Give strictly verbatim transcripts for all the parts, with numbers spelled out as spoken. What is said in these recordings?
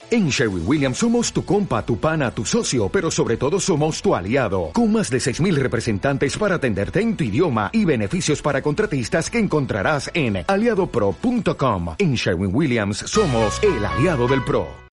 En Sherwin-Williams somos tu compa, tu pana, tu socio, pero sobre todo somos tu aliado, con más de seis mil representantes para atenderte en tu idioma y beneficios para contratistas que encontrarás en aliado pro punto com. En Sherwin-Williams somos el aliado del pro.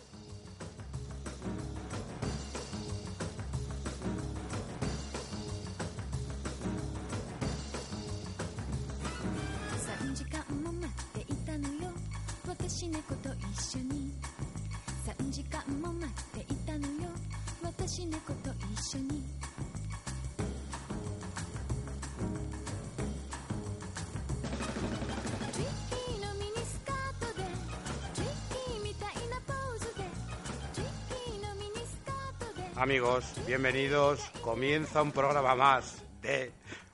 Amigos, bienvenidos. Comienza un programa más de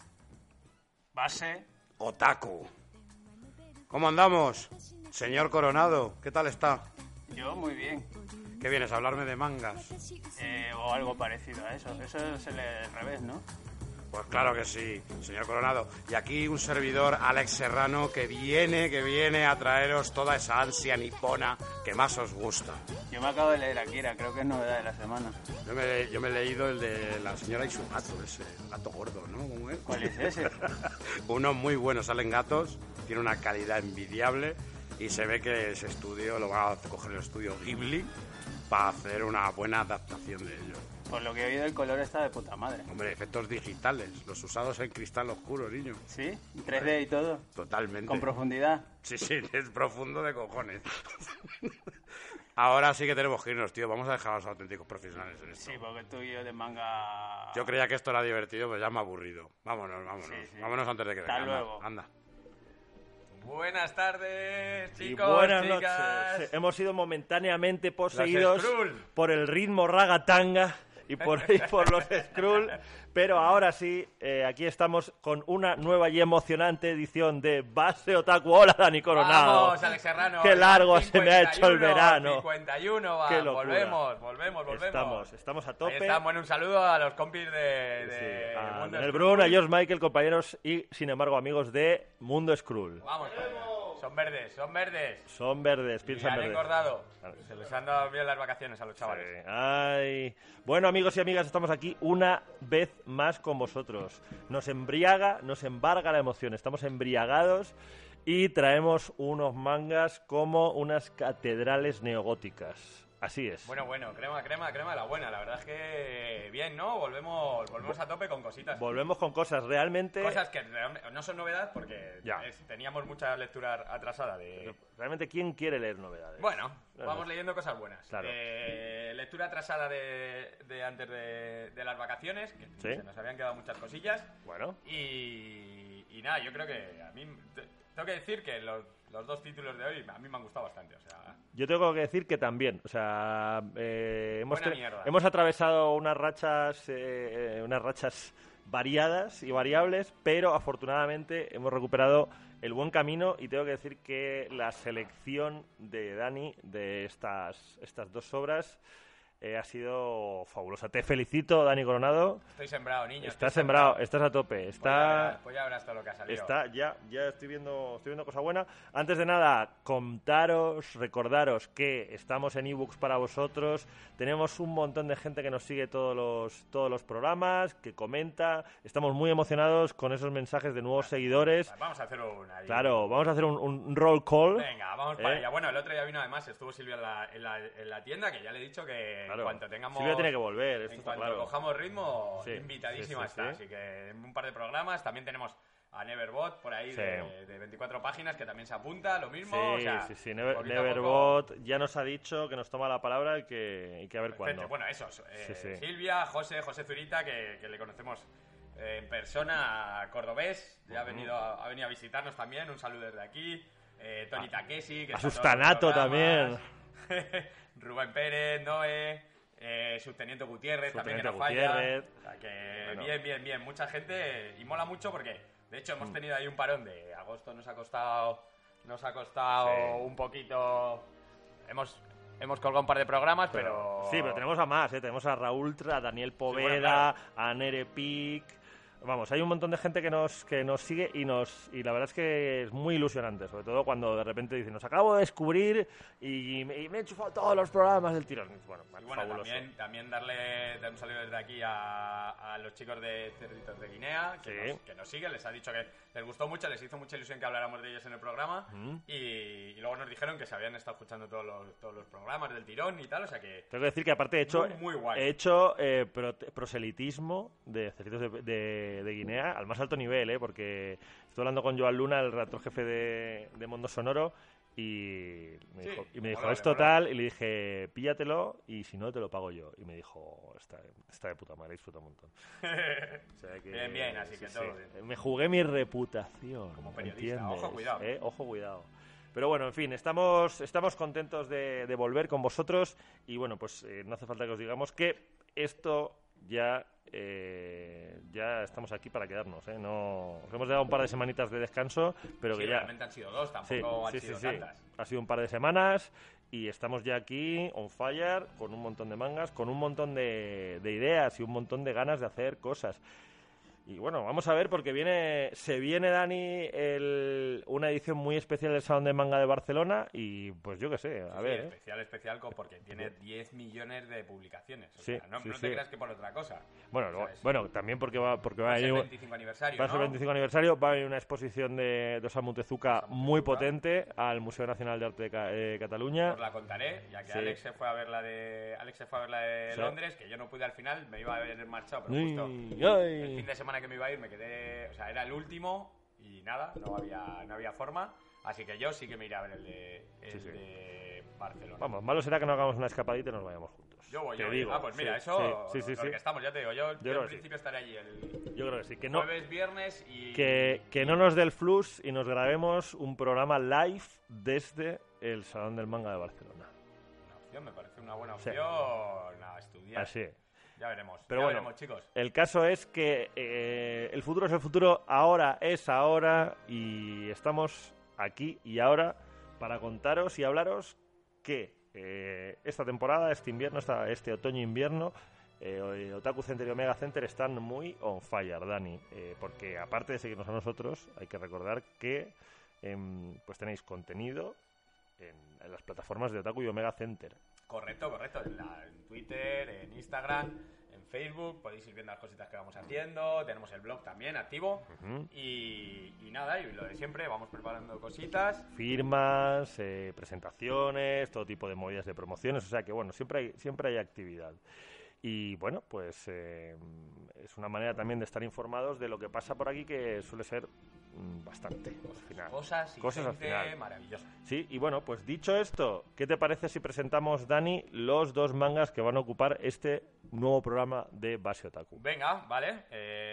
Base Otaku. ¿Cómo andamos? Señor Coronado, ¿qué tal está? Yo muy bien. ¿Qué vienes a hablarme de mangas? Eh, o algo parecido a eso. Eso es el, el revés, ¿no? Pues claro que sí, señor Coronado. Y aquí un servidor, Alex Serrano, que viene, que viene a traeros toda esa ansia nipona que más os gusta. Yo me acabo de leer Akira, creo que es novedad de la semana. Yo me, yo me he leído el de la señora y su gato, ese gato gordo, ¿no? ¿Cómo es? ¿Cuál es ese? Uno muy bueno, salen gatos, tiene una calidad envidiable y se ve que ese estudio lo va a coger el estudio Ghibli para hacer una buena adaptación de ello. Por lo que he oído, el color está de puta madre. Hombre, efectos digitales, los usados en cristal oscuro, niño. ¿Sí? ¿tres D y todo? Totalmente. ¿Con profundidad? Sí, sí, es profundo de cojones. Ahora sí que tenemos que irnos, tío. Vamos a dejar a los auténticos profesionales en esto. Sí, porque tú y yo de manga... Yo creía que esto era divertido, pero ya me ha aburrido. Vámonos, vámonos. Sí, sí. Vámonos antes de que Hasta venga. luego. Anda. Buenas tardes, Y chicos, buenas chicas. noches. Hemos sido momentáneamente poseídos Skrull. por el ritmo ragatanga y por, y por los Skrull, pero ahora sí, eh, aquí estamos con una nueva y emocionante edición de Base Otaku. Hola, Dani Coronado. Vamos, Alex Serrano. Qué largo se me ha hecho el cincuenta y uno, verano. cincuenta y uno, va. Qué locura. Volvemos, volvemos, volvemos. Estamos, estamos a tope. Ahí estamos. Bueno, un saludo a los compis de, de Sí, a Mundo Daniel Skrull. Brun, a George Michael, compañeros y, sin embargo, amigos de Mundo Skrull. Vamos, son verdes, son verdes. Son verdes, Y piensan han verdes. engordado. Se les han dado bien las vacaciones a los chavales. Sí. Ay. Bueno, amigos y amigas, estamos aquí una vez más con vosotros. Nos embriaga, nos embarga la emoción. Estamos embriagados y traemos unos mangas como unas catedrales neogóticas. Así es. Bueno, bueno, crema, crema, crema de la buena. La verdad es que bien, ¿no? Volvemos, volvemos a tope con cositas. Volvemos con cosas realmente... Cosas que realmente no son novedad porque Ya. es- teníamos mucha lectura atrasada de... Realmente, ¿quién quiere leer novedades? Bueno, No, vamos no. leyendo cosas buenas. Claro. Eh, lectura atrasada de, de antes de, de las vacaciones, que Sí. se nos habían quedado muchas cosillas. Bueno, Y, y nada, yo creo que a mí... te- tengo que decir que los, los dos títulos de hoy a mí me han gustado bastante, o sea... yo tengo que decir que también. O sea, eh, hemos, Buena tre- mierda. hemos atravesado unas rachas, eh, unas rachas variadas y variables, pero afortunadamente hemos recuperado el buen camino y tengo que decir que la selección de Dani de estas, estas dos obras eh, ha sido fabulosa. Te felicito, Dani Coronado. Estoy sembrado, niño. Estás estoy sembrado, estás a tope. Pues ya Está... verás, pues ya verás todo lo que ha salido. Está, ya, ya estoy viendo, estoy viendo cosa buena. Antes de nada, contaros, recordaros que estamos en ebooks para vosotros. Tenemos un montón de gente que nos sigue todos los, todos los programas, que comenta. Estamos muy emocionados con esos mensajes de nuevos seguidores. Vamos a hacer una... ahí. Claro, vamos a hacer un, un roll call. Venga, vamos para ¿Eh? allá. Bueno, el otro día vino además, estuvo Silvia en la, en la, en la tienda, que ya le he dicho que Claro. en cuanto tengamos... Silvia tiene que volver, esto En está cuanto claro. cojamos ritmo, Sí, invitadísima sí, sí, está. sí. Así que en un par de programas también tenemos a Neverbot por ahí Sí. de, de veinticuatro páginas, que también se apunta, lo mismo. Sí, o sea, sí, sí. Never- poquito a poco- Neverbot ya nos ha dicho que nos toma la palabra y que, y que a ver Perfecto. cuándo. Bueno, eso. eh, Sí, sí. Silvia, José, José Zurita, que, que le conocemos eh, en persona, cordobés, ya ha venido, a, ha venido a visitarnos también. Un saludo desde aquí. Eh, Tony Takeshi, que a está en todos los Sustanato programas. Rubén Pérez, Noé. Eh, Subteniente Gutiérrez, también que no Subteniente falla. Gutiérrez. O sea que Bueno. bien, bien, bien. Mucha gente y mola mucho porque, de hecho, hemos tenido ahí un parón de agosto. Nos ha costado, nos ha costado Sí. un poquito. Hemos, hemos colgado un par de programas, pero. Sí, pero tenemos a más, ¿eh? Tenemos a Raúl, a Daniel Poveda, bueno, claro. a Nere Pic, Vamos, hay un montón de gente que nos que nos sigue y nos y la verdad es que es muy ilusionante, sobre todo cuando de repente dicen, nos acabo de descubrir y me, y me he enchufado todos los programas del tirón. Bueno, y bueno, fabuloso. También, también darle dar un saludo desde aquí a, a los chicos de Cerditos de Guinea, que, Sí. nos, que nos siguen, les ha dicho que les gustó mucho, les hizo mucha ilusión que habláramos de ellos en el programa, Mm. y, y luego nos dijeron que se habían estado escuchando todos los, todos los programas del tirón y tal, o sea que... Tengo que decir que aparte he hecho, Muy, muy guay. he hecho eh, pro- proselitismo de Cerditos de, de, de Guinea al más alto nivel, ¿eh? Porque estoy hablando con Joan Luna, el redactor jefe de, de Mundo Sonoro, y me Sí, dijo, y me dijo mola, es mola. total, y le dije, píllatelo y si no te lo pago yo. Y me dijo, está, está de puta madre, disfruta un montón. O sea que- Bien, bien, así que todo bien. Me jugué mi reputación. Como periodista, ¿entiendes? ojo, cuidado. ¿Eh? Ojo, cuidado. Pero bueno, en fin, estamos, estamos contentos de, de volver con vosotros y bueno, pues eh, no hace falta que os digamos que esto ya, eh, ya estamos aquí para quedarnos, ¿eh? No, os hemos dado un par de semanitas de descanso, pero Sí, que ya... realmente han sido dos, Sí, tampoco han sí, sí, sido sí. tantas. Ha sido un par de semanas y estamos ya aquí on fire con un montón de mangas, con un montón de, de ideas y un montón de ganas de hacer cosas. Y bueno, vamos a ver porque viene se viene, Dani, el, una edición muy especial del Salón de Manga de Barcelona y pues yo qué sé, a Sí, ver. ¿eh? especial, especial, co- porque tiene diez millones de publicaciones. O Sí, sea, no, sí, no sí. te creas que por otra cosa. Bueno, O sea, luego- es- bueno, también porque va porque va va a a ser ir- veinticinco aniversario, va a ser ¿no? veinticinco aniversario, va a haber una exposición de, de Osamu Tezuka Osamu muy Tezuka. potente al Museo Nacional de Arte de Ca- eh, Cataluña. Os la contaré, ya que Sí. Alex se fue a ver la de Alex se fue a ver la de Sí. Londres, que yo no pude al final, me iba a haber marchado, pero Uy, justo ay. el fin de semana que me iba a ir me quedé, o sea, era el último y nada, no había no había forma, así que yo sí que me iré a ver el de el Sí, sí. de Barcelona. Vamos, malo será que no hagamos una escapadita y nos vayamos juntos. Yo voy, Te yo voy. digo, Ah, pues mira, sí, eso sí, sí, sí, lo que sí. estamos, ya te digo, yo, yo creo en que sí. principio estaré allí el Yo creo que sí, que no, jueves, viernes y que, que no nos dé el flux y nos grabemos un programa live desde el Salón del Manga de Barcelona. una opción, me parece una buena Sí. opción a estudiar. Así. Ya veremos. Pero ya bueno, veremos, chicos. El caso es que eh, el futuro es el futuro, ahora es ahora y estamos aquí y ahora para contaros y hablaros que eh, esta temporada, este invierno, esta, este otoño-invierno, eh, Otaku Center y Omega Center están muy on fire, Dani, eh, porque aparte de seguirnos a nosotros, hay que recordar que em, pues tenéis contenido en, en las plataformas de Otaku y Omega Center. Correcto, correcto. En, la- en Twitter, en Instagram, en Facebook, podéis ir viendo las cositas que vamos haciendo. Tenemos el blog también activo. Ujú. y, y nada, y lo de siempre, vamos preparando cositas. Firmas, eh, presentaciones, todo tipo de movidas de promociones, o sea que bueno, siempre hay, siempre hay actividad. Y bueno, pues eh, es una manera también de estar informados de lo que pasa por aquí, que suele ser mm, bastante al final. Cosas y Cosas al gente final. maravillosa. Sí, y bueno, pues dicho esto, ¿qué te parece si presentamos, Dani, los dos mangas que van a ocupar este nuevo programa de Base Otaku? Venga, vale.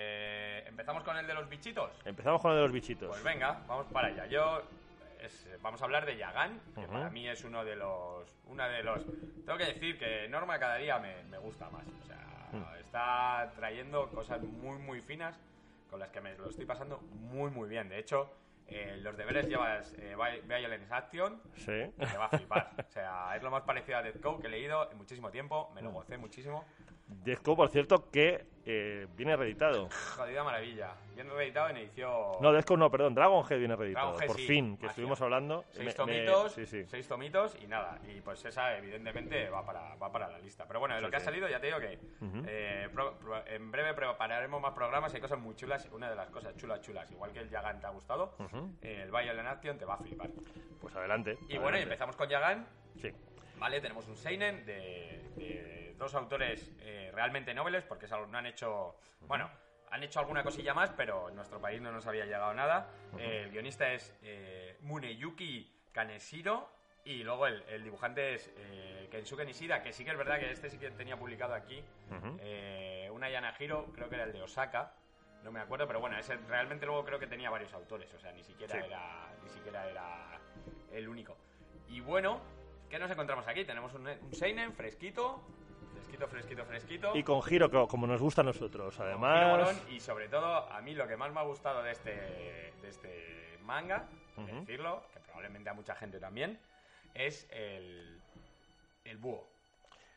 eh, Empezamos con el de los bichitos. Empezamos con el de los bichitos. Pues venga, vamos para allá. Yo es- vamos a hablar de Yagan, que Ujú. para mí es uno de los, una de los. Tengo que decir que Norma cada día me, me gusta más. O sea, Mm. está trayendo cosas muy muy finas con las que me lo estoy pasando muy muy bien. De hecho, eh, los deberes llevas eh, Vi- Violence Action. Sí. Te va a flipar. O sea, es lo más parecido a Death Code que he leído en muchísimo tiempo. Me lo gocé muchísimo. Deathco, por cierto, que eh, viene reeditado. Jodida maravilla. Bien reeditado en edición. No, Deathco no, perdón, Dragonhead viene reeditado. Dragonhead, por sí, fin, que magia. estuvimos hablando. Seis Me- tomitos, me- sí, sí. seis tomitos y nada. Y pues esa, evidentemente, va para, va para la lista. Pero bueno, de lo Sí, que ha sí. salido, ya te digo que Ujú. eh, pro- pro- en breve prepararemos más programas. Hay cosas muy chulas. Una de las cosas chulas, chulas, igual que el Yagan te ha gustado, Ujú. eh, el Violent Action te va a flipar. Pues adelante. Y bueno, y empezamos con Yagan. Sí. Vale, tenemos un seinen de, de dos autores eh, realmente nobles, porque es algo- no han hecho, bueno, han hecho alguna cosilla más, pero en nuestro país no nos había llegado nada. Eh, el guionista es eh, Muneyuki Kaneshiro y luego el, el dibujante es eh, Kensuke Nishida, que sí que es verdad que este sí que tenía publicado aquí Ujú. eh, una Yanahiro, creo que era el de Osaka. No me acuerdo, pero bueno, ese realmente luego creo que tenía varios autores, o sea, ni siquiera Sí. era ni siquiera era el único. Y bueno, ¿qué nos encontramos aquí? Tenemos un, un seinen fresquito, fresquito, fresquito, fresquito. Y con giro, co- como nos gusta a nosotros, con giro además. molón, y sobre todo, a mí lo que más me ha gustado de este, de este manga, hay que Ujú. decirlo, que probablemente a mucha gente también, es el, el búho.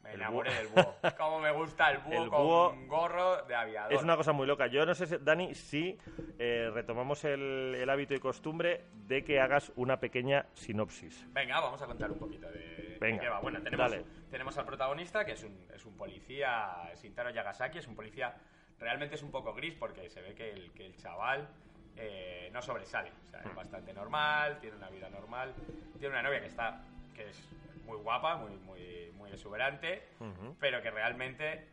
Me enamoré del búho. Cómo me gusta el búho El con búho gorro de aviador. Es una cosa muy loca. Yo no sé, si, Dani, si eh, retomamos el, el hábito y costumbre de que hagas una pequeña sinopsis. Venga, vamos a contar un poquito de, Venga, de qué va. Bueno, tenemos, dale. tenemos al protagonista, que es un, es un policía, Shintaro Yagasaki, es un policía, realmente es un poco gris porque se ve que el, que el chaval eh, no sobresale. O sea, es bastante normal, tiene una vida normal, tiene una novia que está, que es muy guapa, muy, muy, muy exuberante, uh-huh. pero que realmente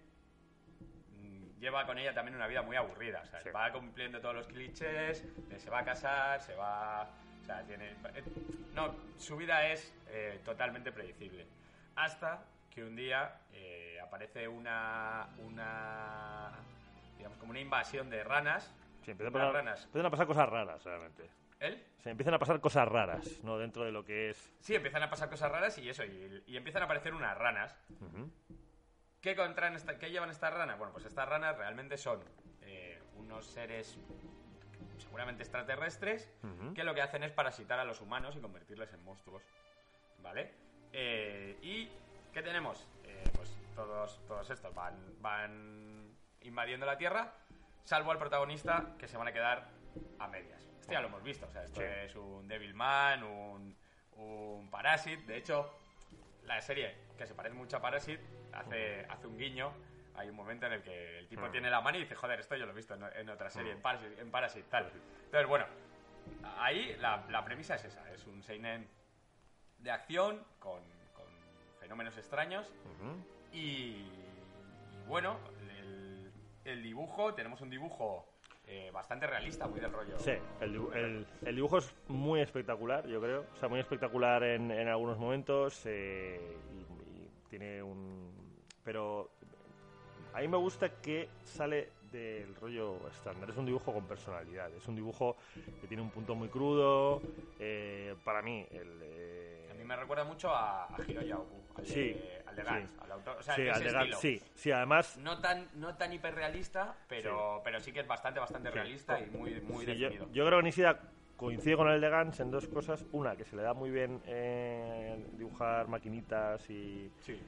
mmm, lleva con ella también una vida muy aburrida. O sea, sí. va cumpliendo todos los clichés, de se va a casar, se va... O sea, tiene... No, su vida es eh, totalmente predecible. Hasta que un día eh, aparece una... una... digamos, como una invasión de ranas. Sí, empiezan a pasar, ranas. empiezan a pasar cosas raras, realmente. ¿Él? Se empiezan a pasar cosas raras, ¿no? Dentro de lo que es... Sí, empiezan a pasar cosas raras y eso, y, y empiezan a aparecer unas ranas. Uh-huh. ¿Qué, contraen esta, ¿Qué llevan estas ranas? Bueno, pues estas ranas realmente son eh, unos seres seguramente extraterrestres uh-huh. que lo que hacen es parasitar a los humanos y convertirles en monstruos, ¿vale? Eh, ¿Y qué tenemos? Eh, pues todos, todos estos van, van invadiendo la Tierra, salvo al protagonista, que se van a quedar a medias. Esto ya lo hemos visto, o sea, esto sí. es un Devilman, un, un Parasite. De hecho, la serie, que se parece mucho a Parasite, hace, hace un guiño. Hay un momento en el que el tipo mm. tiene la mano y dice, joder, esto yo lo he visto en, en otra serie, mm. en, Parasite, en Parasite, tal. Entonces, bueno, ahí la, la premisa es esa, es un seinen de acción con, con fenómenos extraños uh-huh. y, y, bueno, el, el dibujo, tenemos un dibujo... Eh, bastante realista, muy del rollo. Sí, el, dibu- el, el dibujo es muy espectacular, yo creo. O sea, muy espectacular en, en algunos momentos eh, y, y tiene un... Pero a mí me gusta que sale del rollo estándar. Es un dibujo con personalidad. Es un dibujo que tiene un punto muy crudo. Eh, para mí, el... Eh... A mí me recuerda mucho a, a Hiroya Oku, al de, sí, al de Gantz, sí. al autor. O sea, sí, de al ese de Gantz, estilo. sí, sí, además... No tan, no tan hiperrealista, pero sí. pero sí que es bastante, bastante sí. realista y muy, muy sí, definido. Yo, yo creo que Nishida coincide con el de Gantz en dos cosas. Una, que se le da muy bien eh, dibujar maquinitas y, sí.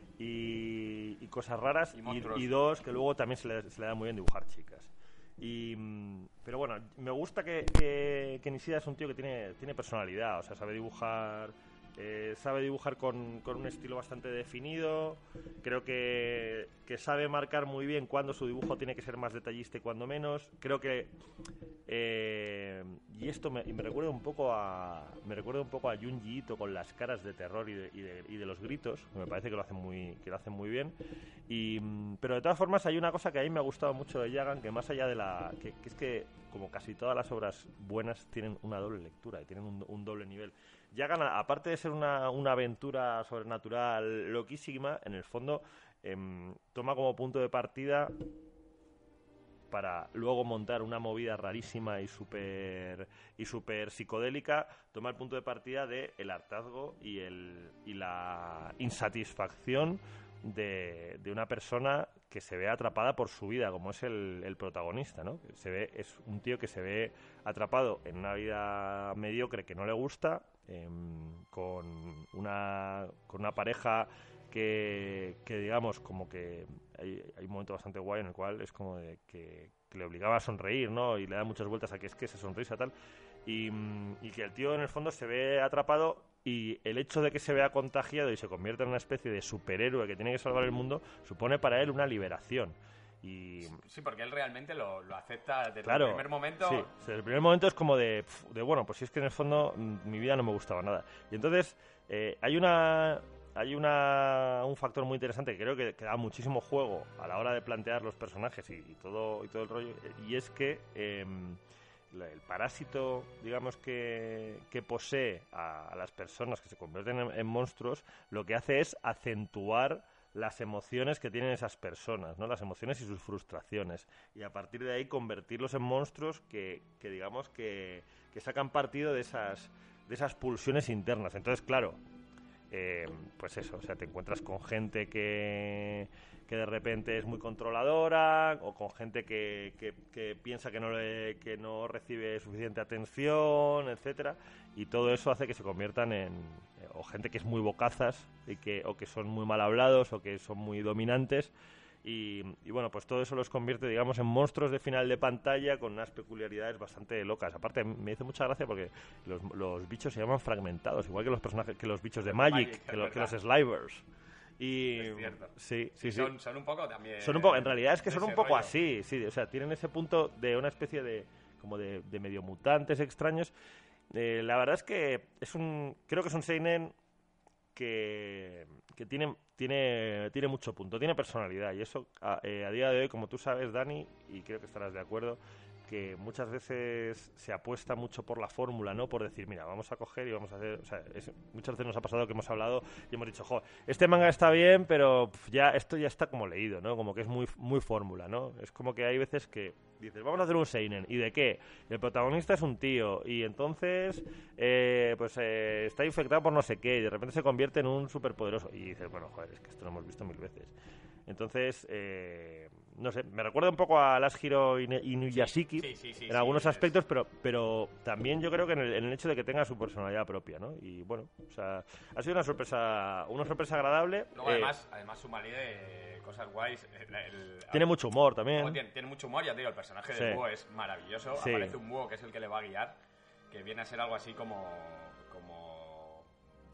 y, y cosas raras. Y, y, y dos, que luego también se le, se le da muy bien dibujar chicas. Y, pero bueno, me gusta que, que, que Nishida es un tío que tiene, tiene personalidad, o sea, sabe dibujar... Eh, sabe dibujar con, con un estilo bastante definido. Creo que, que sabe marcar muy bien cuándo su dibujo tiene que ser más detallista y cuándo menos. Creo que eh, y esto me, me recuerda un poco a me recuerda un poco a Junji Ito con las caras de terror y de, y de, y de los gritos. Me parece que lo hacen muy que lo hacen muy bien. Y, pero de todas formas hay una cosa que a mí me ha gustado mucho de Yagan, que más allá de la que, que es que como casi todas las obras buenas tienen una doble lectura y tienen un, un doble nivel. Yagan, aparte de ser una, una aventura sobrenatural loquísima, en el fondo eh, toma como punto de partida para luego montar una movida rarísima y súper y súper psicodélica, toma el punto de partida de el hartazgo y, el, y la insatisfacción de, de una persona que se ve atrapada por su vida, como es el, el protagonista, ¿no? Se ve, es un tío que se ve atrapado en una vida mediocre que no le gusta, eh, con una con una pareja que, que digamos como que hay, hay un momento bastante guay en el cual es como de que, que le obligaba a sonreír, ¿no? Y le da muchas vueltas a que es que esa sonrisa tal y, y que el tío en el fondo se ve atrapado y el hecho de que se vea contagiado y se convierta en una especie de superhéroe que tiene que salvar el mundo supone para él una liberación. Y... Sí, porque él realmente lo, lo acepta desde claro, el primer momento. Sí, desde el primer momento es como de, de, bueno, pues si es que en el fondo mi vida no me gustaba nada. Y entonces eh, hay una hay una un factor muy interesante que creo que, que da muchísimo juego a la hora de plantear los personajes y, y todo y todo el rollo, y es que eh, el parásito, digamos, que, que posee a, a las personas que se convierten en, en monstruos, lo que hace es acentuar las emociones que tienen esas personas, ¿no? Las emociones y sus frustraciones. Y a partir de ahí convertirlos en monstruos que, que digamos, que, que sacan partido de esas, de esas pulsiones internas. Entonces, claro, eh, pues eso, o sea, te encuentras con gente que, que de repente es muy controladora, o con gente que, que, que piensa que no, le, que no recibe suficiente atención, etcétera, y todo eso hace que se conviertan en, o gente que es muy bocazas y que, o que son muy mal hablados o que son muy dominantes. Y, y bueno, pues todo eso los convierte, digamos, en monstruos de final de pantalla con unas peculiaridades bastante locas. Aparte, me hizo mucha gracia porque los, los bichos se llaman fragmentados, igual que los personajes, que los bichos de Magic, Magic, que, lo- que los verdad. Slivers. Y Es cierto. sí, sí, Y sí. son, son un poco también... Son un poco, en realidad es que de son un ese poco rollo. así, sí, o sea, tienen ese punto de una especie de como de, de medio mutantes extraños. Eh, la verdad es que es un, creo que es un seinen que, que tiene, tiene, tiene mucho punto, tiene personalidad y eso a, eh, a día de hoy, como tú sabes, Dani, y creo que estarás de acuerdo, que muchas veces se apuesta mucho por la fórmula, ¿no? Por decir, mira, vamos a coger y vamos a hacer... O sea, es- muchas veces nos ha pasado que hemos hablado y hemos dicho, jo, este manga está bien, pero pf, ya esto ya está como leído, ¿no? Como que es muy, muy fórmula, ¿no? Es como que hay veces que dices, vamos a hacer un seinen, ¿y de qué? El protagonista es un tío y entonces eh, pues eh, está infectado por no sé qué y de repente se convierte en un superpoderoso y dices, bueno, joder, es que esto lo hemos visto mil veces. Entonces, eh, no sé, me recuerda un poco a Last Hero Inu- Inuyashiki Sí, sí, sí, en sí, algunos es- aspectos, pero pero también yo creo que en el, en el hecho de que tenga su personalidad propia, ¿no? Y bueno, o sea, ha sido una sorpresa una sorpresa agradable. Luego, Eh, además, además sumarle de cosas guays. el- el- tiene mucho humor Luego también. tiene, tiene mucho humor, ya te digo, el personaje Sí. del búho es maravilloso. Sí. Aparece un búho que es el que le va a guiar, que viene a ser algo así como... como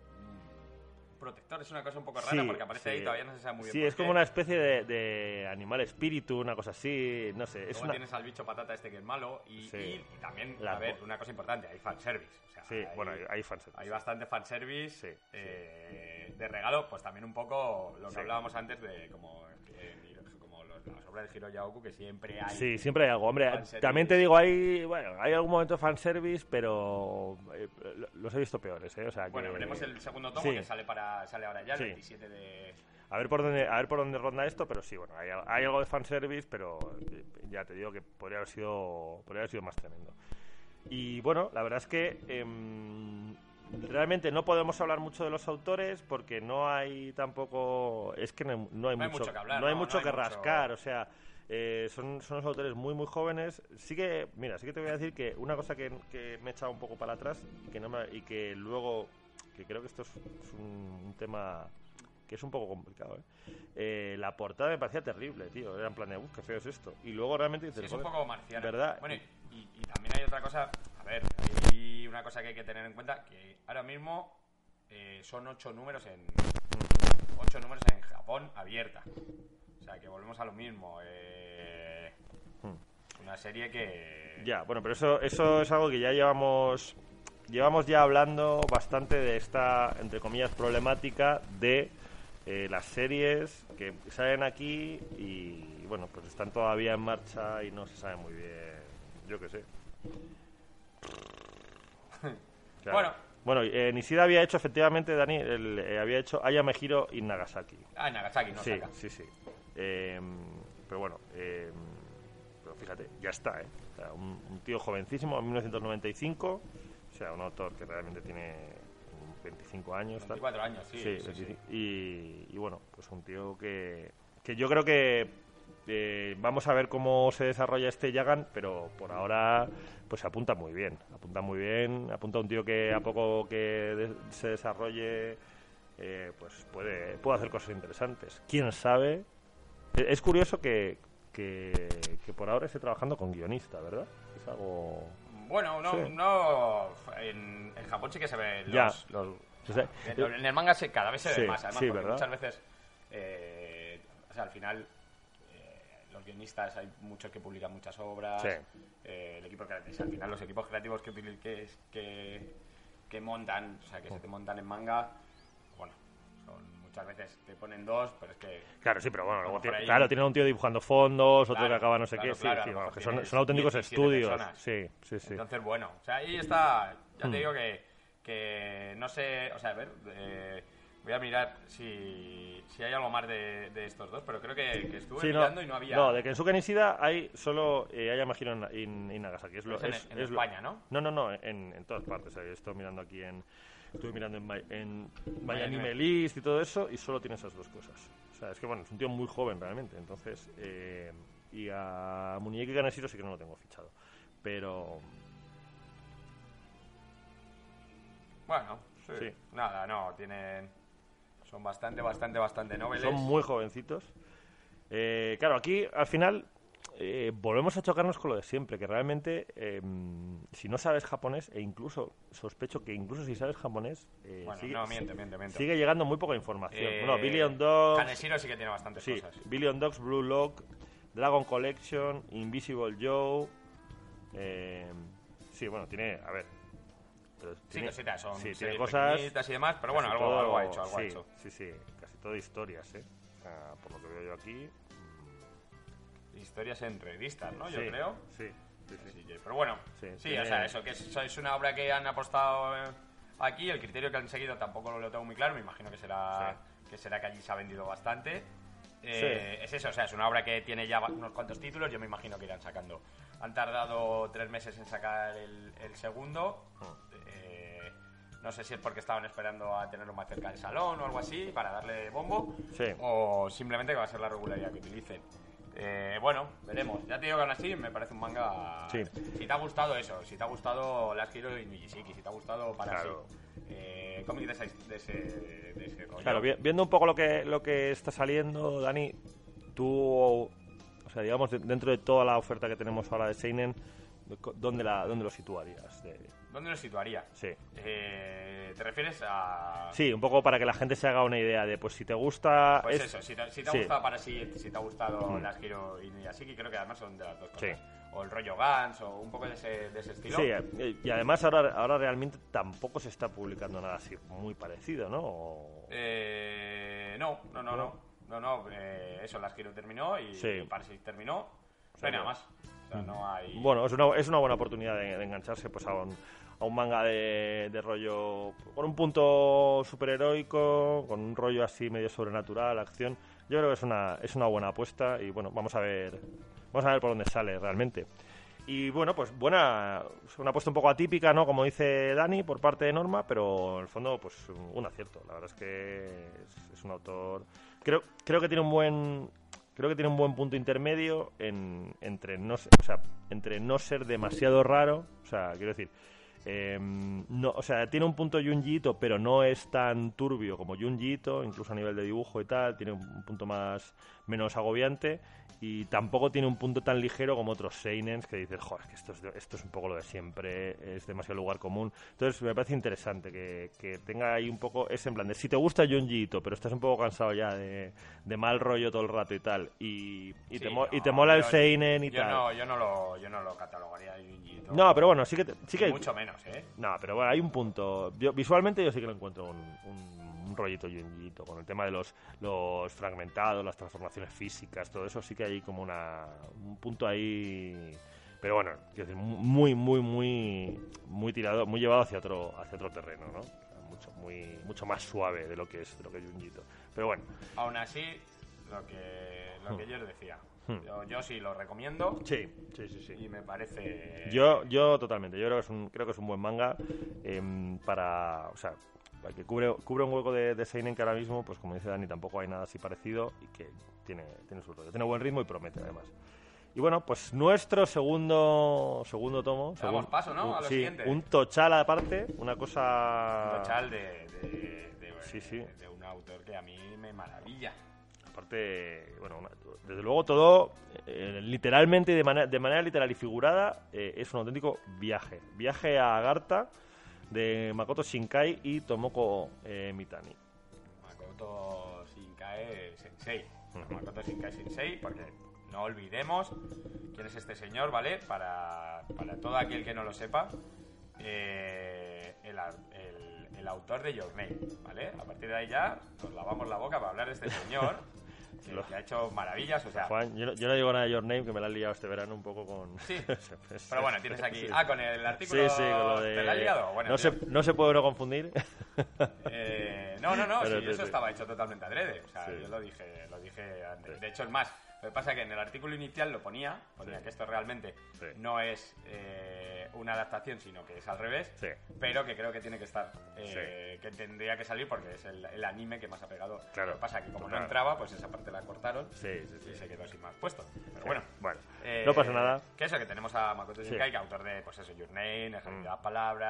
un protector, es una cosa un poco rara Sí, porque aparece sí. ahí, todavía no se sabe muy bien Sí, por es qué. como una especie de, de animal espíritu, una cosa así, no sé, es Luego una... tienes al bicho patata este que es malo y, Sí. y- y también, La- a ver, una cosa importante, hay fanservice. O sea, Sí, hay, bueno, hay, hay fans. hay bastante fanservice Sí, eh, de regalo, pues también un poco lo que Sí. hablábamos antes de como, eh, como los- las obras de Hiroya Oku, que siempre hay... Sí, siempre hay algo. Hombre, fanservice. también te digo, hay bueno, hay algún momento de fanservice, pero eh, lo- los he visto peores, ¿eh? O sea, que... Bueno, veremos el segundo tomo Sí. que sale para sale ahora ya, el Sí. veintisiete de... A ver por dónde, a ver por dónde ronda esto, pero sí, bueno, hay, hay algo de fanservice, pero eh, ya te digo que podría haber sido, podría haber sido más tremendo. Y bueno, la verdad es que em, realmente no podemos hablar mucho de los autores porque no hay tampoco, es que no hay, no hay No hay mucho, mucho que hablar, no hay no, mucho no hay que mucho- rascar, o sea, eh, son, son unos autores muy muy jóvenes. Sí que, mira, sí que te voy a decir que una cosa que, que me he echado un poco para atrás y que no me- y que luego, que creo que esto es, es un, un tema que es un poco complicado, ¿eh? Eh, la portada me parecía terrible, tío. Era en plan de, uff, qué feo es esto. Y luego realmente dices, Sí, es un "Joder, poco marciano. ¿verdad?". Bueno, y, y- y también hay otra cosa, a ver, hay una cosa que hay que tener en cuenta, que ahora mismo eh, son ocho números en... ocho números en Japón abierta. O sea, que volvemos a lo mismo. Eh, una serie que... Ya, bueno, pero eso, eso es algo que ya llevamos llevamos ya hablando bastante de esta, entre comillas, problemática de eh, las series que salen aquí y, bueno, pues están todavía en marcha y no se sabe muy bien, yo qué sé. Claro. Bueno. Bueno, eh, Nishida había hecho, efectivamente, Dani, el, eh, había hecho Ayame Hiro in Nagasaki. Ah, en Nagasaki, no Sí, saca. sí, sí. Eh, pero bueno, eh, pero fíjate, ya está, ¿eh? O sea, un, un tío jovencísimo, en mil novecientos noventa y cinco, o sea, un autor que realmente tiene veinticinco años. tal. veinticuatro años, sí. Sí, sí, veinticinco. sí. Y, y bueno, pues un tío que, que yo creo que eh, vamos a ver cómo se desarrolla este Yagan, pero por ahora pues apunta muy bien, apunta muy bien, apunta un tío que a poco que de- se desarrolle eh, pues puede, puede hacer cosas interesantes. ¿Quién sabe? Eh, Es curioso que, que, que por ahora esté trabajando con guionista, ¿verdad? Es algo... Bueno, no, Sí. no en, en Japón sí que se ve los... Ya, los- o sea, En, en el manga se, cada vez se Sí, ve más, además, sí, porque ¿verdad? muchas veces, eh, o sea, al final, eh, los guionistas, hay muchos que publican muchas obras, Sí. eh, el equipo creativo, al final los equipos creativos que, utili- que, que, que montan, o sea, que se te montan en manga, bueno, son muchas veces te ponen dos, pero es que... Claro, sí, pero bueno, a lo luego mejor tiene- ahí- claro, tiene un tío dibujando fondos, otro Claro, que acaba no sé claro, qué, sí, claro, a sí, lo bueno, mejor que son, tienes son auténticos diecisiete estudios, personas. sí, sí, sí. Entonces, bueno, o sea, ahí está, ya Hmm. te digo que, que no sé, o sea, a ver, eh, voy a mirar si, si hay algo más de, de estos dos, pero creo que, que estuve Sí, no, mirando y no había... no, de Kensuke Nishida hay solo eh, hay Imagino en, en, en Nagasaki. Es, lo, Es en- es- en es lo- España, ¿no? No, no, no, en, en todas partes. eh, Estoy mirando aquí en... Estuve mirando en, My- en My My Anime Anime. List y todo eso y solo tiene esas dos cosas. O sea, es que bueno, es un tío muy joven realmente. Entonces, eh, y a Muñeiki Kaneshiro sí que no lo tengo fichado. Pero... Bueno, Sí. Sí. Nada, no, tienen... Son bastante, bastante, bastante noveles. Son muy jovencitos. Eh, claro, aquí al final eh, volvemos a chocarnos con lo de siempre, que realmente eh, si no sabes japonés, e incluso sospecho que incluso si sabes japonés, eh, Bueno, sigue, no, miente, miente, miente. sigue llegando muy poca información. Eh, bueno, Billion Dogs, Kaneshiro sí que tiene bastantes sí, cosas. Billion Dogs, Blue Lock, Dragon Collection, Invisible Joe. Eh, sí, bueno, tiene, a ver. pero Sí, tiene- cositas, son sí, tiene series cosas. pequeñitas y demás, pero bueno, casi algo, todo- algo ha hecho, algo sí, ha hecho. Sí, sí, casi todo historias, ¿eh? O sea, por lo que veo yo aquí. Historias en revistas, ¿no? Yo sí, creo. Sí, sí, sí. Así que- pero bueno, Sí, sí, tiene- o sea, eso que es, es una obra que han apostado eh, aquí, el criterio que han seguido tampoco lo tengo muy claro, me imagino que será que será que allí se ha vendido bastante. Eh, Es eso, o sea, es una obra que tiene ya unos cuantos títulos, yo me imagino que irán sacando. Han tardado tres meses en sacar el, el segundo. Eh, no sé si es porque estaban esperando a tenerlo más cerca del salón o algo así, para darle bombo, Sí. o simplemente que va a ser la regularidad que utilicen. Eh, bueno, veremos. Ya te digo que aún así me parece un manga... Sí. Si te ha gustado eso, si te ha gustado Last Hero y Nijishiki, si te ha gustado para Claro. eh, cómic de, ese- de ese, de ese rollo. Claro, vi- viendo un poco lo que, lo que está saliendo, Dani, tú, o sea, digamos, de- dentro de toda la oferta que tenemos ahora de Seinen, ¿dónde, la, dónde lo situarías? De- ¿Dónde lo situaría? sí. Eh, ¿Te refieres a...? Sí, un poco para que la gente se haga una idea de, pues si te gusta... Pues es- eso, si te, si te ha sí. gustado para sí, si te ha gustado Mm. Last Hero y Nijishiki, creo que además son de las dos cosas. Sí. O el rollo Gans, o un poco de ese, de ese estilo. Sí, eh, y además ahora, ahora realmente tampoco se está publicando nada así muy parecido, ¿no? O- Eh, no, no, no, no. No, no, eh, eso, Last Hero terminó y Sí. Parasite terminó. No sea hay nada que- más. O sea, no hay... Bueno, es una, es una buena oportunidad de, de engancharse pues a un, a un manga de, de rollo con un punto superheroico, con un rollo así medio sobrenatural, acción. Yo creo que es una, es una buena apuesta y bueno, vamos a ver vamos a ver por dónde sale realmente. Y bueno, pues buena, una apuesta un poco atípica, ¿no? Como dice Dani, por parte de Norma, pero en el fondo, pues un acierto. La verdad es que es, es un autor... Creo, creo que tiene un buen... Creo que tiene un buen punto intermedio en, entre, no, se- o sea, entre no ser demasiado raro, o sea, quiero decir, eh, no, o sea, tiene un punto Junji Ito, pero no es tan turbio como Junji Ito, incluso a nivel de dibujo y tal, tiene un punto más menos agobiante y tampoco tiene un punto tan ligero como otros seinens que dices, joder, es que esto es, de- esto es un poco lo de siempre, es demasiado lugar común. Entonces me parece interesante que, que tenga ahí un poco ese en plan de si te gusta Junji Ito, pero estás un poco cansado ya de, de mal rollo todo el rato y tal, y, y, Sí, te, mo- y no, te mola el yo- seinen y yo tal. No, yo, no lo, yo no lo catalogaría de Junji Ito. No, pero bueno, sí que... te- sí Ni que mucho menos, ¿eh? No, pero bueno, hay un punto. Yo, visualmente yo sí que lo encuentro un, un, un rollito Junjiito, con el tema de los, los fragmentados, las transformaciones físicas, todo eso sí que hay como una, un punto ahí. Pero bueno, quiero decir, muy, muy, muy, muy tirado, muy llevado hacia otro, hacia otro terreno, ¿no? O sea, mucho, muy, mucho más suave de lo que es, de lo que es Junjiito. Pero bueno, Aún así, lo que, lo que Hmm. yo os decía. Hmm. Yo, yo sí lo recomiendo sí, sí, sí, sí. y me parece... Yo, yo totalmente. Yo creo que es un, creo que es un buen manga em, para, o sea, para que cubre, cubre un hueco de, de seinen que ahora mismo, pues como dice Dani, tampoco hay nada así parecido y que tiene, tiene su rollo, tiene buen ritmo y promete además. Y bueno, pues nuestro segundo segundo tomo, Damos segun- paso, ¿no? un- A lo sí, siguiente. un tochal aparte, una cosa Un tochal de, de, de- Sí, sí. de un autor que a mí me maravilla. aparte, bueno, una- desde luego todo eh, literalmente y de, manera de manera literal y figurada eh, es un auténtico viaje. Viaje a Agartha de Makoto Shinkai y Tomoko eh, Mitani. Makoto Shinkai Sensei. Ujú. Makoto Shinkai Sensei, porque no olvidemos quién es este señor, ¿vale? Para, para todo aquel que no lo sepa, eh, el, au- el- el autor de Your Name, ¿vale? A partir de ahí ya nos lavamos la boca para hablar de este señor, que, Lo- que ha hecho maravillas, o sea... Juan, yo no, yo no digo nada de Your Name, que me la han liado este verano un poco con... Sí, pero bueno, tienes aquí... Sí. Ah, con el artículo... Sí, sí, con lo de... ¿Te la has liado? Bueno, no, tío. se, no se puede uno confundir. Eh, no, no, no, Pero sí, sí, eso sí. estaba hecho totalmente adrede. O sea, Sí. yo lo dije, lo dije antes. Sí. De hecho, es más, lo que pasa es que en el artículo inicial lo ponía, ponía Sí. que esto realmente Sí. no es eh, una adaptación, sino que es al revés, Sí. pero que creo que tiene que estar, eh, que tendría que salir porque es el, el anime que más ha pegado. Claro. Lo que pasa es que como Total. no entraba, pues esa parte la cortaron Sí, sí, sí. y se quedó sin más puesto. Pero Sí. bueno. Bueno, Eh, no pasa nada. Que eso, que tenemos a Makoto Sí. Shinkai, que autor de, pues eso, Your Name, Ejército Mm. de las Palabras,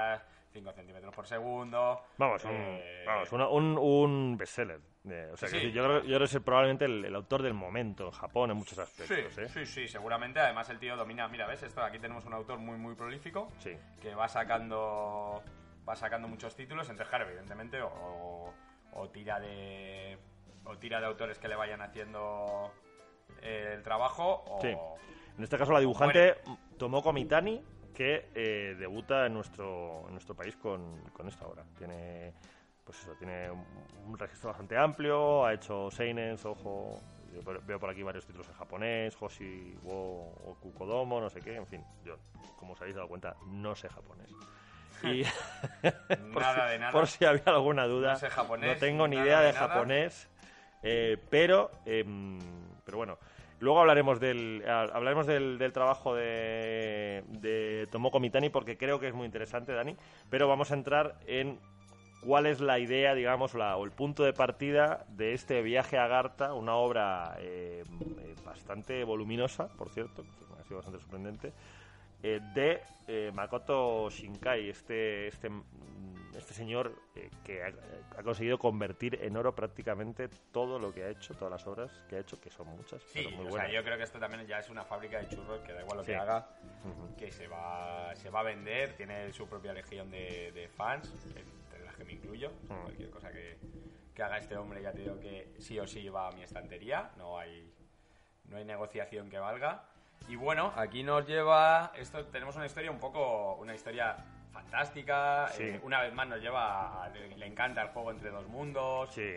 cinco centímetros por segundo. Vamos, un, eh, vamos una, un, un bestseller. Eh, o sea, sí, que yo, creo, yo creo que es probablemente el, el autor del momento en Japón en muchos aspectos. Sí, ¿eh? sí, sí, seguramente. Además el tío domina, mira, ¿ves? Esto, aquí tenemos un autor muy, muy prolífico, Sí. que va sacando va sacando muchos títulos, entonces, claro, evidentemente, o, o, o tira de o tira de autores que le vayan haciendo eh, el trabajo, o... Sí. En este caso la dibujante Tomoko Mitani, que eh, debuta en nuestro en nuestro país con, con esta obra. Tiene pues eso, tiene un, un registro bastante amplio, ha hecho seinen, ojo, yo veo por aquí varios títulos en japonés, Hoshi wo Okukodomo, no sé qué, en fin, yo, como os habéis dado cuenta, no sé japonés. Y por, nada si, de nada. por si había alguna duda, No sé japonés, no tengo ni nada idea de, de nada. japonés, eh, pero eh, pero bueno, luego hablaremos del hablaremos del, del trabajo de, de Tomoko Mitani, porque creo que es muy interesante, Dani, pero vamos a entrar en cuál es la idea, digamos, la, o el punto de partida de este viaje a Agartha, una obra eh, eh, bastante voluminosa, por cierto, que ha sido bastante sorprendente, eh, de eh, Makoto Shinkai, este este este señor eh, que ha, ha conseguido convertir en oro prácticamente todo lo que ha hecho, todas las obras que ha hecho, que son muchas, Sí, pero muy o buenas. sea, yo creo que esto también ya es una fábrica de churros, que da igual lo Sí. que haga, Ujú. que se va se va a vender, tiene su propia legión de, de fans, entre las que me incluyo. O sea, Mm. cualquier cosa que, que haga este hombre, ya te digo que sí o sí va a mi estantería, no hay no hay negociación que valga. Y bueno, aquí nos lleva, esto tenemos una historia un poco, una historia fantástica, Sí. eh, una vez más nos lleva, a- le, le encanta el juego entre dos mundos, Sí.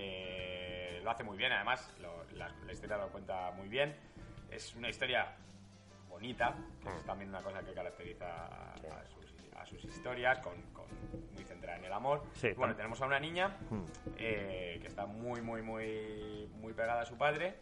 eh, lo hace muy bien, además lo- la, la historia lo cuenta muy bien, es una historia bonita, que es también una cosa que caracteriza a, Sí. a sus, a sus historias, con, con- muy centrada en el amor. Sí, Bueno, tam- tenemos a una niña Mm. eh, que está muy, muy, muy, muy pegada a su padre,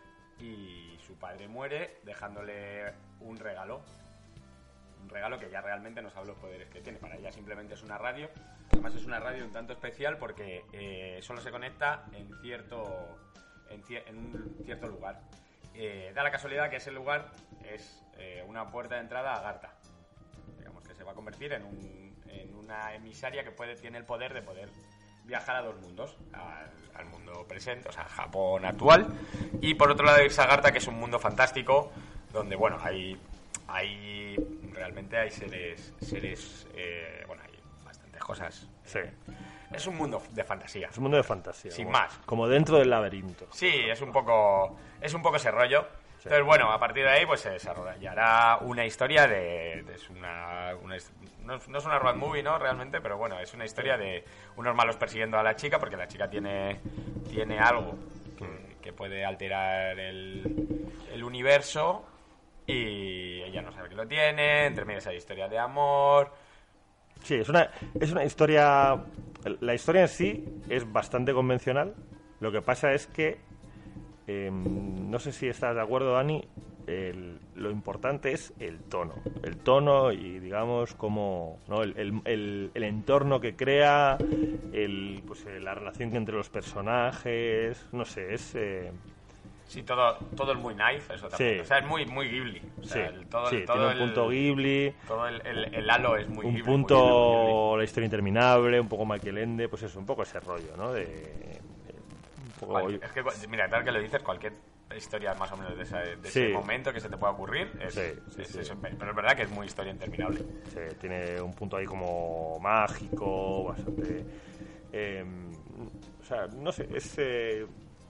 y su padre muere dejándole un regalo. Un regalo que ya realmente no sabe los poderes que tiene. Para ella simplemente es una radio. Además es una radio un tanto especial porque eh, solo se conecta en cierto, en, cier- en un cierto lugar. Eh, da la casualidad que ese lugar es eh, una puerta de entrada a Agartha. Digamos que se va a convertir en, un, en una emisaria que puede, tiene el poder de poder viajar a dos mundos, al, al mundo presente, o sea, Japón actual, y por otro lado irse a Agartha, que es un mundo fantástico, donde, bueno, hay, hay realmente hay seres, seres eh, bueno, hay bastantes cosas. Sí. Es un mundo de fantasía. Es un mundo de fantasía. Sin como, más. Como dentro del laberinto. Sí, es un poco, es un poco ese rollo. Entonces, bueno, a partir de ahí pues se desarrollará una historia de... de- es una, una his- no, es- no es una road movie, ¿no? Realmente, pero bueno, es una historia de unos malos persiguiendo a la chica, porque la chica tiene, tiene algo que, que puede alterar el, el universo, y ella no sabe que lo tiene, entre medias hay historias de amor... Sí, es una, es una historia... La historia en sí es bastante convencional. Lo que pasa es que, eh, no sé si estás de acuerdo, Dani, el- lo importante es el tono. El tono y, digamos, como ¿no? el, el- el- el entorno que crea, el, pues, eh, la relación entre los personajes, no sé, es... eh, Sí, todo, todo es muy nice, eso también. Sí. O sea, es muy, muy Ghibli. O sí, sea, el- todo, sí, el- todo tiene un el- punto Ghibli. Todo el, el, el halo es muy un Ghibli, punto muy Ghibli, muy Ghibli. la historia interminable, un poco Michael Ende, pues eso, un poco ese rollo, ¿no? De, de- un poco- Cual- es que, mira, tal que lo dices, cualquier historia más o menos de, esa- de Sí. ese momento que se te pueda ocurrir, es, Sí, sí, es- sí. es- pero es verdad que es muy historia interminable. sí, tiene un punto ahí como mágico, bastante... eh, o sea, no sé, es... eh,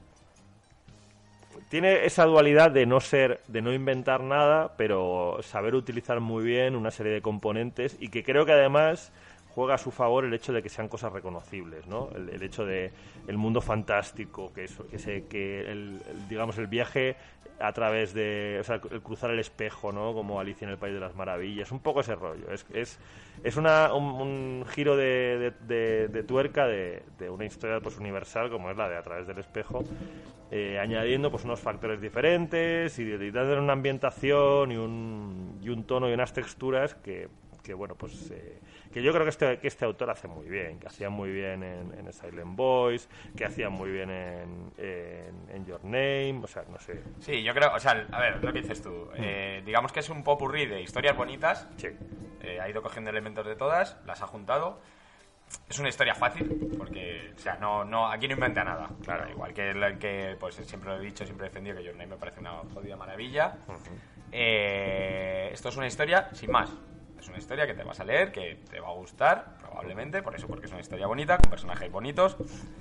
tiene esa dualidad de no ser, de no inventar nada, pero saber utilizar muy bien una serie de componentes, y que creo que además juega a su favor el hecho de que sean cosas reconocibles, ¿no? El, el hecho de el mundo fantástico, que eso, que se, que el, el, digamos el viaje a través de, o sea, el cruzar el espejo, ¿no? Como Alicia en el País de las Maravillas, un poco ese rollo. Es es, es una, un, un giro de, de, de, de tuerca de, de una historia pues universal como es la de A través del espejo, eh, añadiendo pues unos factores diferentes y, y dándole una ambientación y un, y un tono y unas texturas que, que bueno, pues eh, que yo creo que este, que este autor hace muy bien, que hacía muy bien en, en Silent Voice, que hacía muy bien en, en, en Your Name, o sea, no sé. Sí, yo creo, o sea, a ver, lo que dices tú, eh, digamos que es un popurrí de historias bonitas, Sí. eh, ha ido cogiendo elementos de todas, las ha juntado. Es una historia fácil, porque, o sea, no, no, aquí no inventa nada. Claro, igual que, el, que pues siempre lo he dicho, siempre he defendido que Your Name me parece una jodida maravilla. Uh-huh. Eh, esto es una historia sin más. Es una historia que te vas a leer, que te va a gustar, probablemente, por eso, porque es una historia bonita, con personajes bonitos,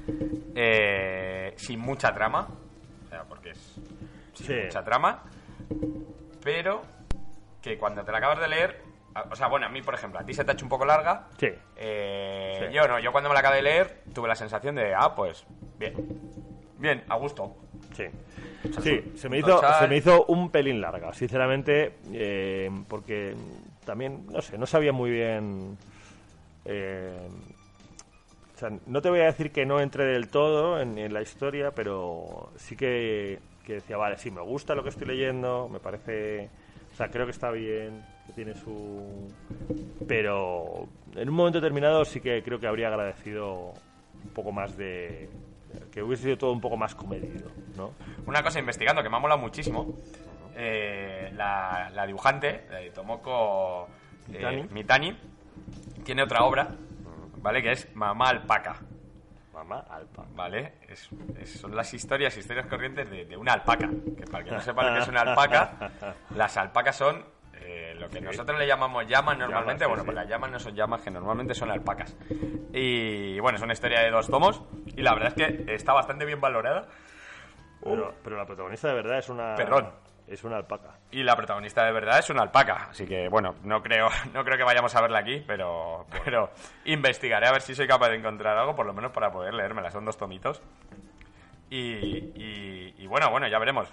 eh, sin mucha trama, o sea, porque es sin sí. mucha trama, pero que cuando te la acabas de leer... O sea, bueno, a mí, por ejemplo, a ti se te ha hecho un poco larga. Sí. Eh, sí. Yo no, yo cuando me la acabé de leer tuve la sensación de, ah, pues, bien. Bien, a gusto. Sí. O sea, sí, se me, hizo, se me hizo un pelín larga, sinceramente, eh, porque también, no sé, no sabía muy bien... Eh, o sea, no te voy a decir que no entré del todo en, en la historia, pero sí que, que decía, vale, sí, me gusta lo que estoy leyendo, me parece... O sea, creo que está bien, que tiene su... Pero en un momento determinado sí que creo que habría agradecido un poco más de... Que hubiese sido todo un poco más comedido, ¿no? Una cosa, investigando, que me ha molado muchísimo, eh, la, la dibujante, eh, Tomoko Mitani. Eh, Mitani, tiene otra obra, ¿vale? Que es Mamá Alpaca. Mamá alpaca. Vale, es, es, son las historias, historias corrientes de, de una alpaca. Que para el que no sepa lo que es una alpaca, las alpacas son eh, lo que sí. nosotros le llamamos llamas normalmente. Llamas, bueno, sí, pues sí. las llamas no son llamas, que normalmente son alpacas. Y bueno, es una historia de dos tomos y la verdad es que está bastante bien valorada. Pero, uh, pero la protagonista de verdad es una... Perdón. Es una alpaca. Y la protagonista de verdad es una alpaca. Así que, bueno, no creo no creo que vayamos a verla aquí, pero, bueno. pero investigaré a ver si soy capaz de encontrar algo, por lo menos para poder leérmela. Son dos tomitos. Y, y, y bueno, bueno, ya veremos.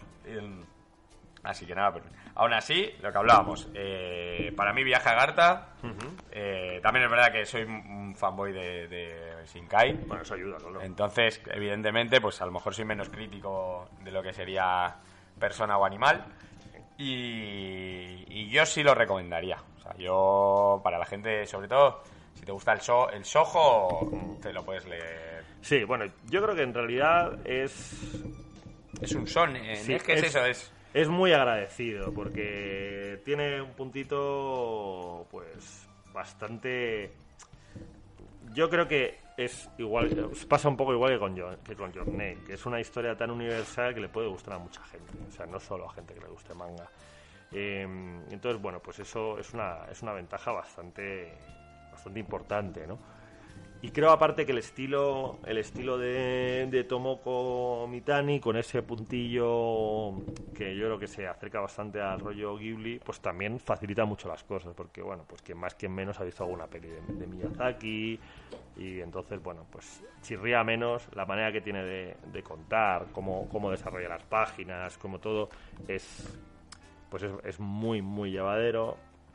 Así que nada, pues, aún así, lo que hablábamos. Eh, para mí, Viaje a Garta. Uh-huh. Eh, también es verdad que soy un fanboy de, de Shinkai. Bueno, eso ayuda, ¿no? Entonces, evidentemente, pues a lo mejor soy menos crítico de lo que sería... persona o animal y, y yo sí lo recomendaría, o sea, yo para la gente, sobre todo si te gusta el so, el shoujo, te lo puedes leer. Sí, bueno, yo creo que en realidad es es un son, eh, sí, es que es, es eso, es es muy agradecido porque tiene un puntito pues bastante, yo creo que es igual, pasa un poco igual que con, Your, que con Your Name, que es una historia tan universal que le puede gustar a mucha gente, o sea, no solo a gente que le guste manga. Eh, entonces, bueno, pues eso es una, es una ventaja bastante, bastante importante, ¿no? Y creo aparte que el estilo, el estilo de, de Tomoko Mitani, con ese puntillo que yo creo que se acerca bastante al rollo Ghibli, pues también facilita mucho las cosas, porque bueno, pues quien más quien menos ha visto alguna peli de, de Miyazaki, y entonces bueno, pues chirría menos la manera que tiene de, de contar, cómo, cómo desarrolla las páginas, como todo es pues es, es muy muy llevadero.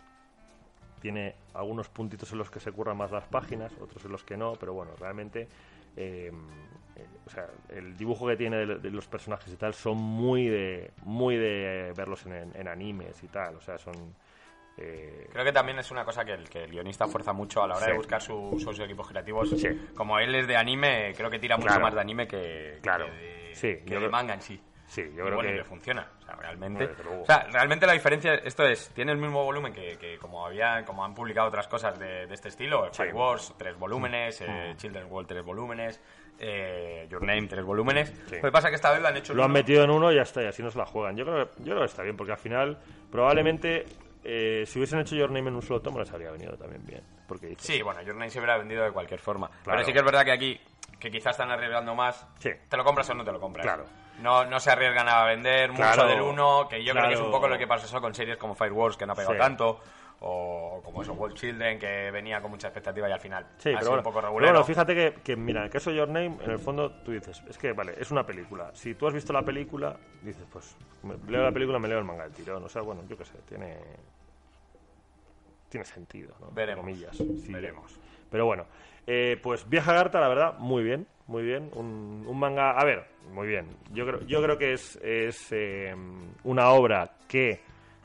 Tiene algunos puntitos en los que se curran más las páginas, otros en los que no, pero bueno, realmente eh, eh, o sea, el dibujo que tiene de, de los personajes y tal son muy de muy de verlos en, en animes y tal, o sea, son... Eh... Creo que también es una cosa que el, que el guionista fuerza mucho a la hora sí. de buscar su, sus equipos creativos. Sí. Como él es de anime, creo que tira mucho claro. más de anime que, claro. que de, sí, que de manga en sí. Sí, yo y creo bueno, que... que funciona, o sea, realmente, no, o sea, realmente la diferencia, esto es, tiene el mismo volumen que, que como había, como han publicado otras cosas de, de este estilo, sí. Fire Wars, tres volúmenes, mm. eh, Children's World, tres volúmenes, eh, Your Name, tres volúmenes, sí. Lo que pasa es que esta vez lo han hecho en Lo han uno. metido en uno y ya está, y así no se la juegan. Yo creo, yo creo que está bien, porque al final, probablemente, eh, si hubiesen hecho Your Name en un solo tomo, les habría venido también bien. Porque dices, sí, bueno, Your Name se hubiera vendido de cualquier forma, claro. Pero sí que es verdad que aquí, que quizás están arriesgando más, sí. ¿Te lo compras o no te lo compras? Claro. No, no se arriesgan a vender claro, mucho del uno, que yo claro. creo que es un poco lo que pasó con series como Fire Wars, que no ha pegado sí. tanto, o como eso, World Children, que venía con mucha expectativa y al final sí, ha pero sido bueno, un poco pero regulero. bueno, fíjate que, que, mira, en el caso de Your Name, en el fondo tú dices, es que, vale, es una película. Si tú has visto la película, dices, pues, me, leo la película, me leo el manga del tirón. O sea, bueno, yo qué sé, tiene... Tiene sentido, ¿no? Veremos, comillas, sí, veremos. Pero bueno, eh, pues Viaje a Garta, la verdad, muy bien, muy bien. Un, un manga, a ver, muy bien. Yo creo, yo creo que es, es eh, una obra que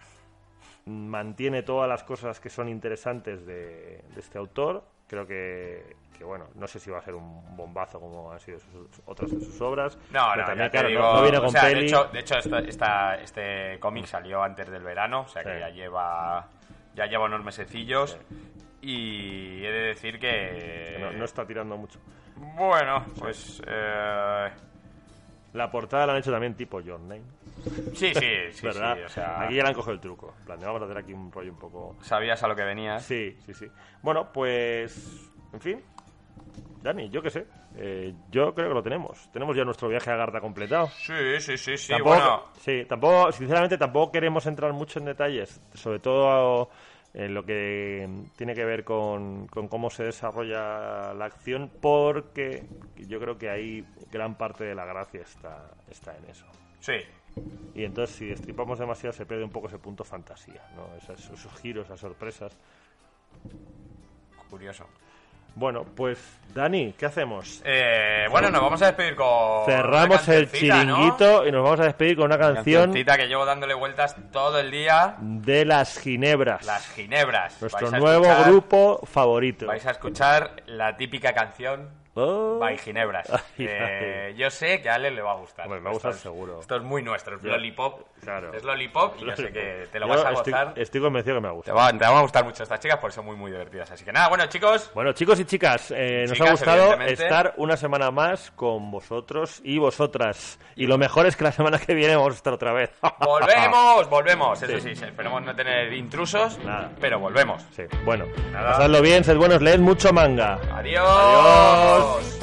mantiene todas las cosas que son interesantes de, de este autor. Creo que, que, bueno, no sé si va a ser un bombazo como han sido sus, otras de sus obras. No, pero no, también, ya te claro, digo, no, no viene con o sea, peli. De hecho, de hecho esta, esta, este cómic salió antes del verano, o sea que sí. ya lleva... Ya lleva unos mesecillos. Y he de decir que... que no, no está tirando mucho. Bueno, pues... Eh... La portada la han hecho también tipo John Name. Sí, sí, sí, ¿verdad? sí, o sea... Aquí ya le han cogido el truco. En plan, vamos a hacer aquí un rollo un poco... Sabías a lo que venías. Sí, sí, sí. Bueno, pues... En fin. Dani, yo qué sé. Eh, yo creo que lo tenemos. Tenemos ya nuestro viaje a Garda completado. Sí, sí, sí, sí, tampoco, bueno... Sí, tampoco... Sinceramente, tampoco queremos entrar mucho en detalles. Sobre todo... en lo que tiene que ver con, con cómo se desarrolla la acción, porque yo creo que ahí gran parte de la gracia está, está en eso. Sí. Y entonces si destripamos demasiado se pierde un poco ese punto fantasía, ¿no? Esos, esos giros, esas sorpresas. Curioso. Bueno, pues Dani, ¿qué hacemos? Eh, bueno, nos vamos a despedir con... Cerramos el chiringuito, ¿no? Y nos vamos a despedir con una canción... Una que llevo dándole vueltas todo el día. De Las Ginebras. Las Ginebras. Nuestro nuevo escuchar, grupo favorito. Vais a escuchar la típica canción oh. by Ginebras. Ay, eh, ay. Yo sé que a Ale le va a gustar. Hombre, me va a gustar seguro. Esto es muy nuestro, es yo, Lollipop. Claro. Es Lollipop y yo sé que te lo yo vas a gozar. Estoy, estoy convencido que me va a gustar. Te, va, te van a gustar mucho estas chicas porque son muy, muy divertidas. Así que nada, bueno, chicos. Bueno, chicos y chicas, eh, nos chicas, ha gustado estar una semana más con vosotros y vosotras. Y lo mejor es que la semana que viene vamos a estar otra vez. ¡Volvemos! ¡Volvemos! Eso sí, sí esperemos no tener intrusos, nada. Pero volvemos. Sí, bueno, nada. pasadlo bien, sed buenos, leed mucho manga. Adiós. Adiós.